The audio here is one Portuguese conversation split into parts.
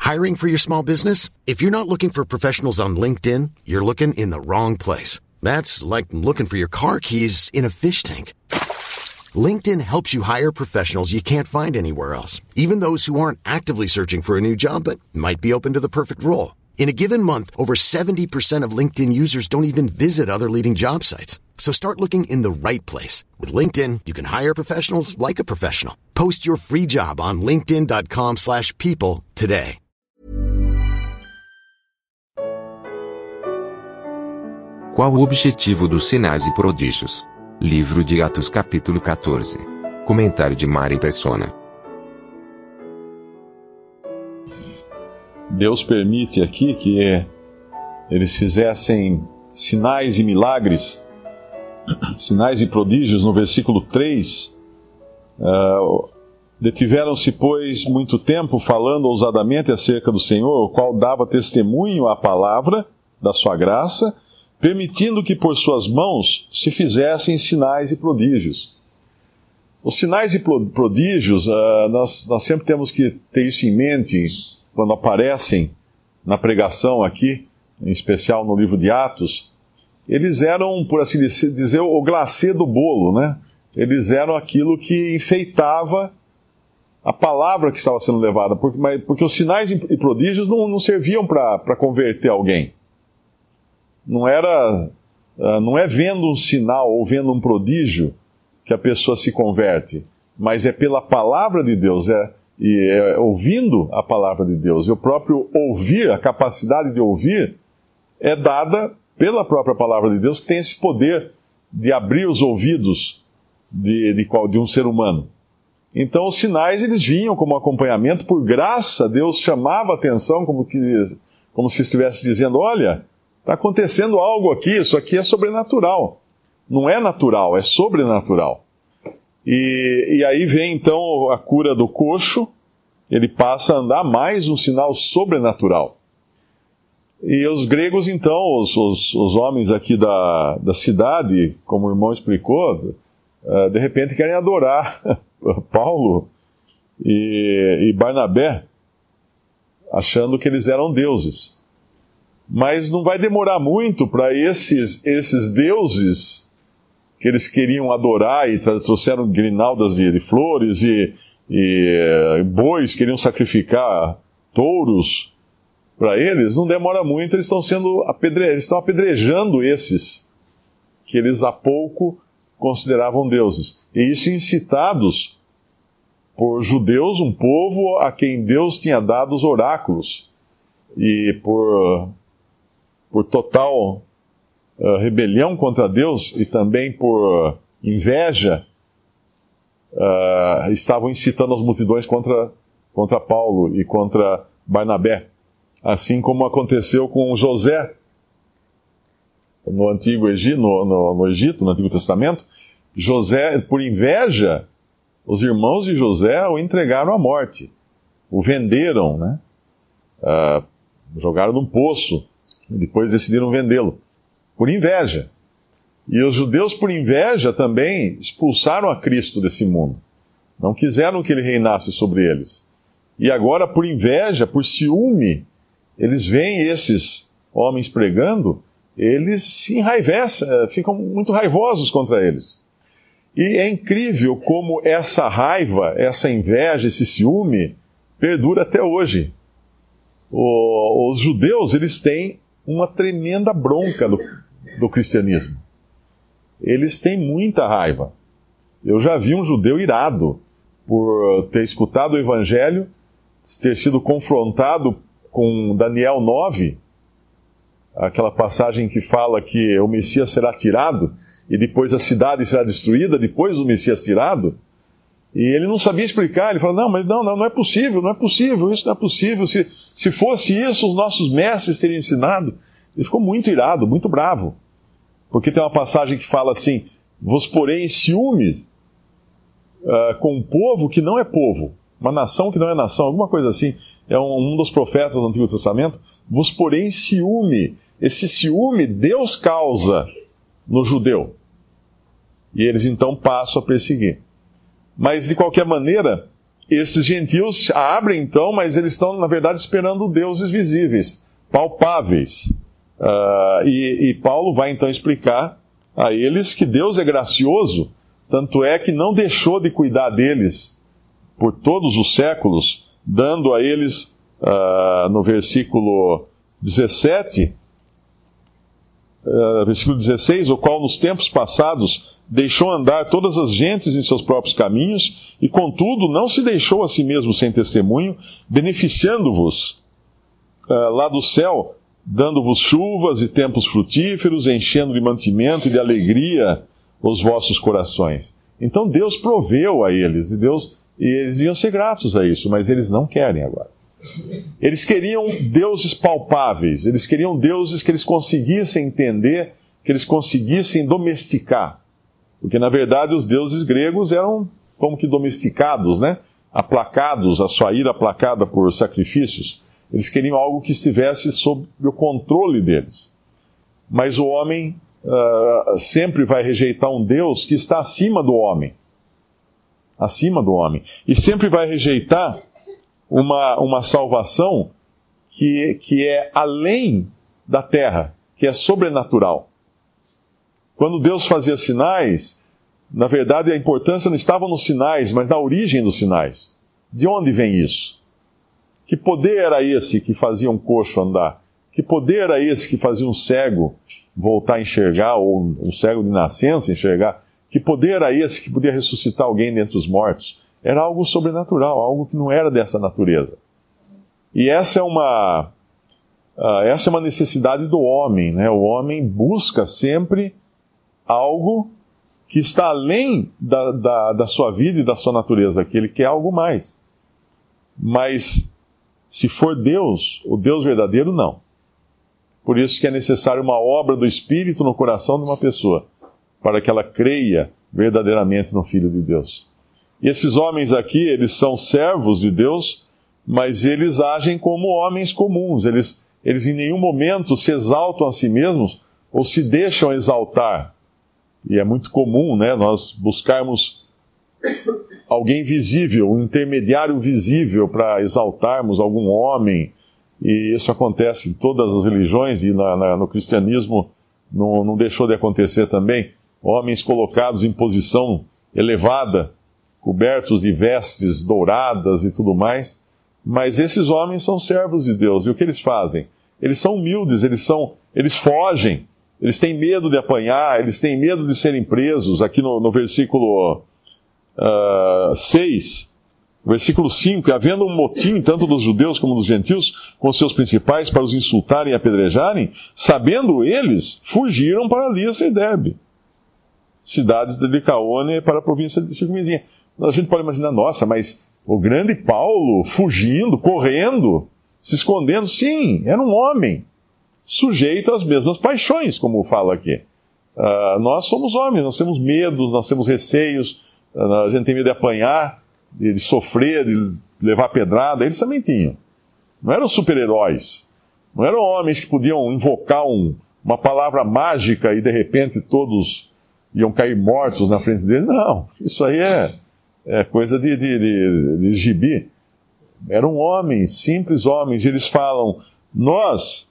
Hiring for your small business? If you're not looking for professionals on LinkedIn, you're looking in the wrong place. That's like looking for your car keys in a fish tank. LinkedIn helps you hire professionals you can't find anywhere else, even those who aren't actively searching for a new job but might be open to the perfect role. In a given month, over 70% of LinkedIn users don't even visit other leading job sites. So start looking in the right place. With LinkedIn, you can hire professionals like a professional. Post your free job on linkedin.com/people today. Qual o objetivo dos sinais e prodígios? Livro de Atos capítulo 14. Comentário de Mari Persona. Deus permite aqui que eles fizessem sinais e milagres, sinais e prodígios no versículo 3. Detiveram-se, pois, muito tempo falando ousadamente acerca do Senhor, o qual dava testemunho à palavra da sua graça, permitindo que por suas mãos se fizessem sinais e prodígios. Os sinais e prodígios, nós sempre temos que ter isso em mente quando aparecem na pregação aqui, em especial no livro de Atos. Eles eram, por assim dizer, o glacê do bolo, né? Eles eram aquilo que enfeitava a palavra que estava sendo levada, porque os sinais e prodígios não serviam para converter alguém. Não é vendo um sinal ou vendo um prodígio que a pessoa se converte, mas é pela palavra de Deus, ouvindo a palavra de Deus. E o próprio ouvir, a capacidade de ouvir, é dada pela própria palavra de Deus, que tem esse poder de abrir os ouvidos de um ser humano. Então os sinais, eles vinham como acompanhamento, por graça. Deus chamava a atenção como se estivesse dizendo: olha, está acontecendo algo aqui, isso aqui é sobrenatural. Não é natural, é sobrenatural. E aí vem então a cura do coxo, ele passa a andar, mais um sinal sobrenatural. E os gregos então, os homens aqui da cidade, como o irmão explicou, de repente querem adorar Paulo e Barnabé, achando que eles eram deuses. Mas não vai demorar muito para esses deuses que eles queriam adorar e trouxeram grinaldas de flores e bois, queriam sacrificar touros para eles. Não demora muito, eles estão apedrejando esses que eles há pouco consideravam deuses. E isso incitados por judeus, um povo a quem Deus tinha dado os oráculos, e por total rebelião contra Deus e também por inveja, estavam incitando as multidões contra Paulo e contra Barnabé. Assim como aconteceu com José no Antigo Egito, no Egito, no Antigo Testamento. José, por inveja, os irmãos de José o entregaram à morte. O venderam, né? Jogaram num poço. E depois decidiram vendê-lo, por inveja. E os judeus, por inveja, também expulsaram a Cristo desse mundo. Não quiseram que ele reinasse sobre eles. E agora, por inveja, por ciúme, eles veem esses homens pregando, eles se enraivecem, ficam muito raivosos contra eles. E é incrível como essa raiva, essa inveja, esse ciúme, perdura até hoje. Os judeus, eles têm uma tremenda bronca do cristianismo. Eles têm muita raiva. Eu já vi um judeu irado por ter escutado o Evangelho, ter sido confrontado com Daniel 9, aquela passagem que fala que o Messias será tirado e depois a cidade será destruída depois do Messias tirado. E ele não sabia explicar, ele falou: não é possível, isso não é possível, se fosse isso, os nossos mestres teriam ensinado. Ele ficou muito irado, muito bravo, porque tem uma passagem que fala assim: vos porém em ciúmes com um povo que não é povo, uma nação que não é nação, alguma coisa assim. É um dos profetas do Antigo Testamento. Vos porém em ciúme. Esse ciúme Deus causa no judeu, e eles então passam a perseguir. Mas, de qualquer maneira, esses gentios abrem então, mas eles estão, na verdade, esperando deuses visíveis, palpáveis. E Paulo vai então explicar a eles que Deus é gracioso, tanto é que não deixou de cuidar deles por todos os séculos, dando a eles, no versículo 17, versículo 16, o qual nos tempos passados deixou andar todas as gentes em seus próprios caminhos, e contudo não se deixou a si mesmo sem testemunho, beneficiando-vos lá do céu, dando-vos chuvas e tempos frutíferos, enchendo de mantimento e de alegria os vossos corações. Então Deus proveu a eles, e eles iam ser gratos a isso, mas eles não querem agora. Eles queriam deuses palpáveis, eles queriam deuses que eles conseguissem entender, que eles conseguissem domesticar. Porque, na verdade, os deuses gregos eram como que domesticados, né? Aplacados, a sua ira aplacada por sacrifícios. Eles queriam algo que estivesse sob o controle deles. Mas o homem sempre vai rejeitar um Deus que está acima do homem. Acima do homem. E sempre vai rejeitar uma salvação que é além da terra, que é sobrenatural. Quando Deus fazia sinais, na verdade a importância não estava nos sinais, mas na origem dos sinais. De onde vem isso? Que poder era esse que fazia um coxo andar? Que poder era esse que fazia um cego voltar a enxergar, ou um cego de nascença enxergar? Que poder era esse que podia ressuscitar alguém dentre os mortos? Era algo sobrenatural, algo que não era dessa natureza. E essa é uma necessidade do homem, né? O homem busca sempre algo que está além da sua vida e da sua natureza, que ele quer algo mais. Mas, se for Deus, o Deus verdadeiro, não. Por isso que é necessário uma obra do Espírito no coração de uma pessoa, para que ela creia verdadeiramente no Filho de Deus. E esses homens aqui, eles são servos de Deus, mas eles agem como homens comuns. Eles em nenhum momento se exaltam a si mesmos ou se deixam exaltar. E é muito comum, né, nós buscarmos alguém visível, um intermediário visível para exaltarmos algum homem. E isso acontece em todas as religiões e no cristianismo não deixou de acontecer também. Homens colocados em posição elevada, cobertos de vestes douradas e tudo mais. Mas esses homens são servos de Deus. E o que eles fazem? Eles são humildes, eles fogem. Eles têm medo de apanhar, eles têm medo de serem presos. Aqui no versículo 6, versículo 5, havendo um motim tanto dos judeus como dos gentios com seus principais para os insultarem e apedrejarem, sabendo eles, fugiram para Listra e Derbe, cidades de Licaônia para a província de circunvizinha. A gente pode imaginar, nossa, mas o grande Paulo fugindo, correndo, se escondendo, sim, era um homem sujeito às mesmas paixões, como fala aqui. Nós somos homens, nós temos medos, nós temos receios, a gente tem medo de apanhar, de sofrer, de levar pedrada. Eles também tinham. Não eram super-heróis, não eram homens que podiam invocar uma palavra mágica e de repente todos iam cair mortos na frente deles. Não, isso aí é coisa de gibi. Eram homens, simples homens, e eles falam, nós,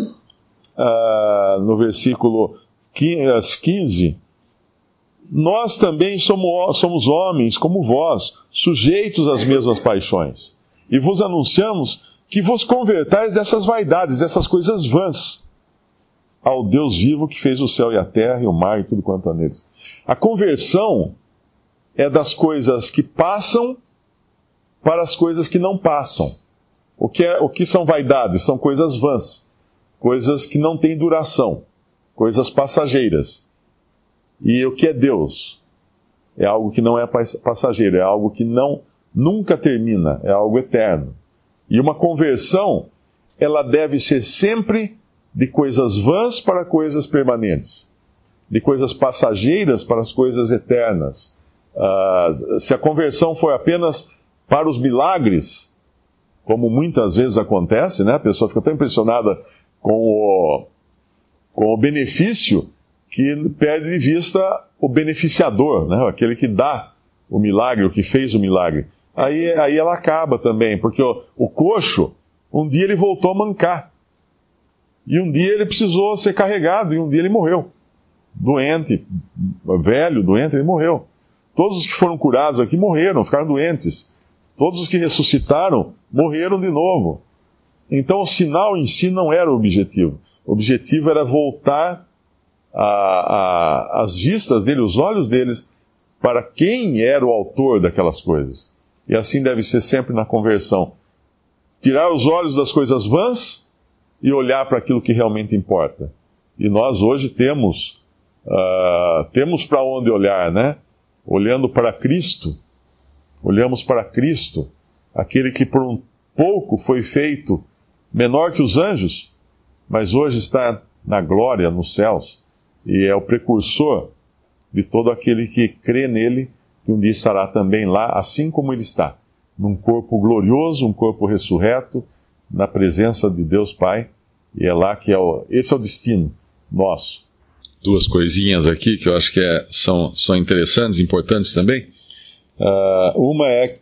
no versículo 15, nós também somos homens como vós, sujeitos às mesmas paixões, e vos anunciamos que vos convertais dessas vaidades, dessas coisas vãs, ao Deus vivo que fez o céu e a terra e o mar e tudo quanto há neles. A conversão é das coisas que passam para as coisas que não passam. O que são vaidades? São coisas vãs, coisas que não têm duração, coisas passageiras. E o que é Deus? É algo que não é passageiro, é algo que nunca termina, é algo eterno. E uma conversão, ela deve ser sempre de coisas vãs para coisas permanentes, de coisas passageiras para as coisas eternas. Se a conversão for apenas para os milagres, como muitas vezes acontece, né? A pessoa fica tão impressionada com o benefício que perde de vista o beneficiador, né? Aquele que dá o milagre, o que fez o milagre. Aí ela acaba também, porque o coxo, um dia ele voltou a mancar. E um dia ele precisou ser carregado, e um dia ele morreu. Doente, velho, doente, ele morreu. Todos os que foram curados aqui morreram, ficaram doentes. Todos os que ressuscitaram morreram de novo. Então o sinal em si não era o objetivo. O objetivo era voltar as vistas dele, os olhos deles, para quem era o autor daquelas coisas. E assim deve ser sempre na conversão. Tirar os olhos das coisas vãs e olhar para aquilo que realmente importa. E nós hoje temos para onde olhar, né? Olhando para Cristo. Olhamos para Cristo, aquele que por um pouco foi feito menor que os anjos, mas hoje está na glória, nos céus, e é o precursor de todo aquele que crê nele, que um dia estará também lá, assim como ele está, num corpo glorioso, um corpo ressurreto, na presença de Deus Pai, e é lá que esse é o destino nosso. Duas coisinhas aqui que eu acho que são interessantes, importantes também. Uma é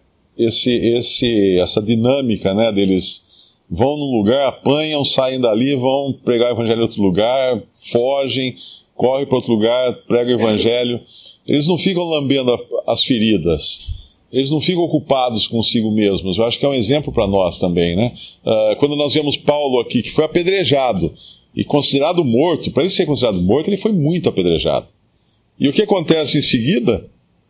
essa dinâmica, né, deles vão num lugar, apanham, saem dali, vão pregar o evangelho em outro lugar, fogem, correm para outro lugar, pregam o evangelho. Eles não ficam lambendo as feridas, eles não ficam ocupados consigo mesmos. Eu acho que é um exemplo para nós também, né? Quando nós vemos Paulo aqui, que foi apedrejado e considerado morto, para ele ser considerado morto, ele foi muito apedrejado. E o que acontece em seguida?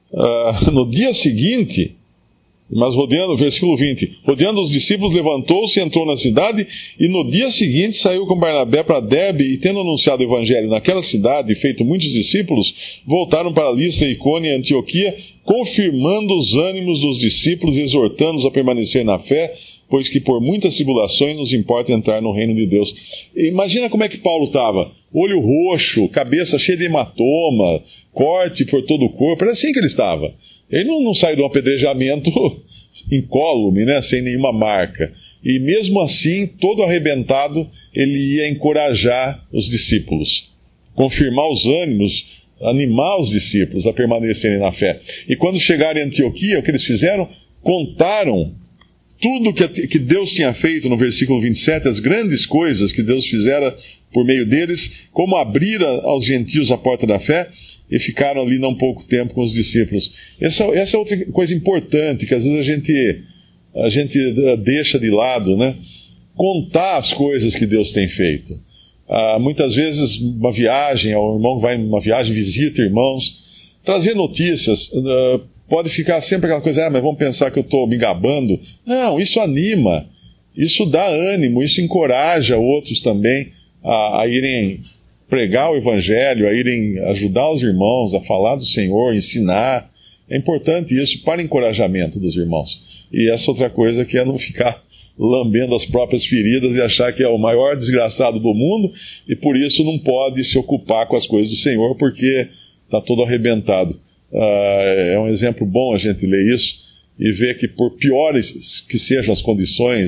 No dia seguinte, mas versículo 20, rodeando os discípulos, levantou-se, entrou na cidade, e no dia seguinte saiu com Barnabé para Derbe, e tendo anunciado o evangelho naquela cidade, e feito muitos discípulos, voltaram para Listra, Icônio e Antioquia, confirmando os ânimos dos discípulos e exortando-os a permanecer na fé, pois que por muitas tribulações nos importa entrar no reino de Deus. Imagina como é que Paulo estava, olho roxo, cabeça cheia de hematoma, corte por todo o corpo, era assim que ele estava. Ele não saiu de um apedrejamento incólume, né, sem nenhuma marca. E mesmo assim, todo arrebentado, ele ia encorajar os discípulos, confirmar os ânimos, animar os discípulos a permanecerem na fé. E quando chegaram em Antioquia, o que eles fizeram? Contaram tudo que Deus tinha feito no versículo 27, as grandes coisas que Deus fizera por meio deles, como abrir aos gentios a porta da fé, e ficaram ali não pouco tempo com os discípulos. Essa é outra coisa importante, que às vezes a gente deixa de lado, né? Contar as coisas que Deus tem feito. Muitas vezes uma viagem, o irmão vai numa viagem, visita irmãos, trazer notícias, pode ficar sempre aquela coisa, mas vamos pensar que eu estou me gabando. Não, isso anima, isso dá ânimo, isso encoraja outros também a irem pregar o evangelho, a irem ajudar os irmãos, a falar do Senhor, ensinar. É importante isso para encorajamento dos irmãos. E essa outra coisa que é não ficar lambendo as próprias feridas e achar que é o maior desgraçado do mundo e por isso não pode se ocupar com as coisas do Senhor porque está todo arrebentado. É um exemplo bom a gente ler isso e ver que por piores que sejam as condições,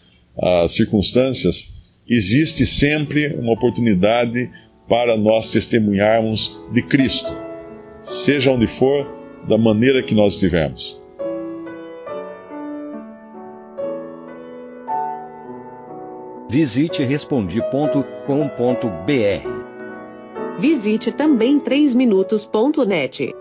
as circunstâncias, existe sempre uma oportunidade para nós testemunharmos de Cristo, seja onde for, da maneira que nós estivermos. Visite Respondi.com.br. Visite também 3minutos.net.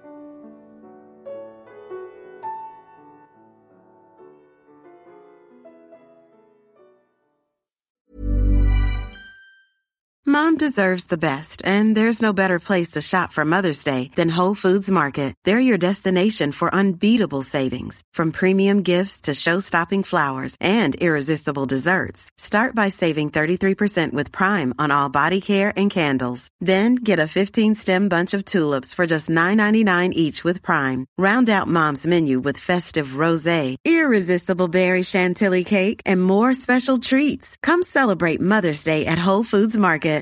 Mom deserves the best, and there's no better place to shop for Mother's Day than Whole Foods Market. They're your destination for unbeatable savings, from premium gifts to show-stopping flowers and irresistible desserts. Start by saving 33% with Prime on all body care and candles. Then get a 15-stem bunch of tulips for just $9.99 each with Prime. Round out Mom's menu with festive rosé, irresistible berry chantilly cake, and more special treats. Come celebrate Mother's Day at Whole Foods Market.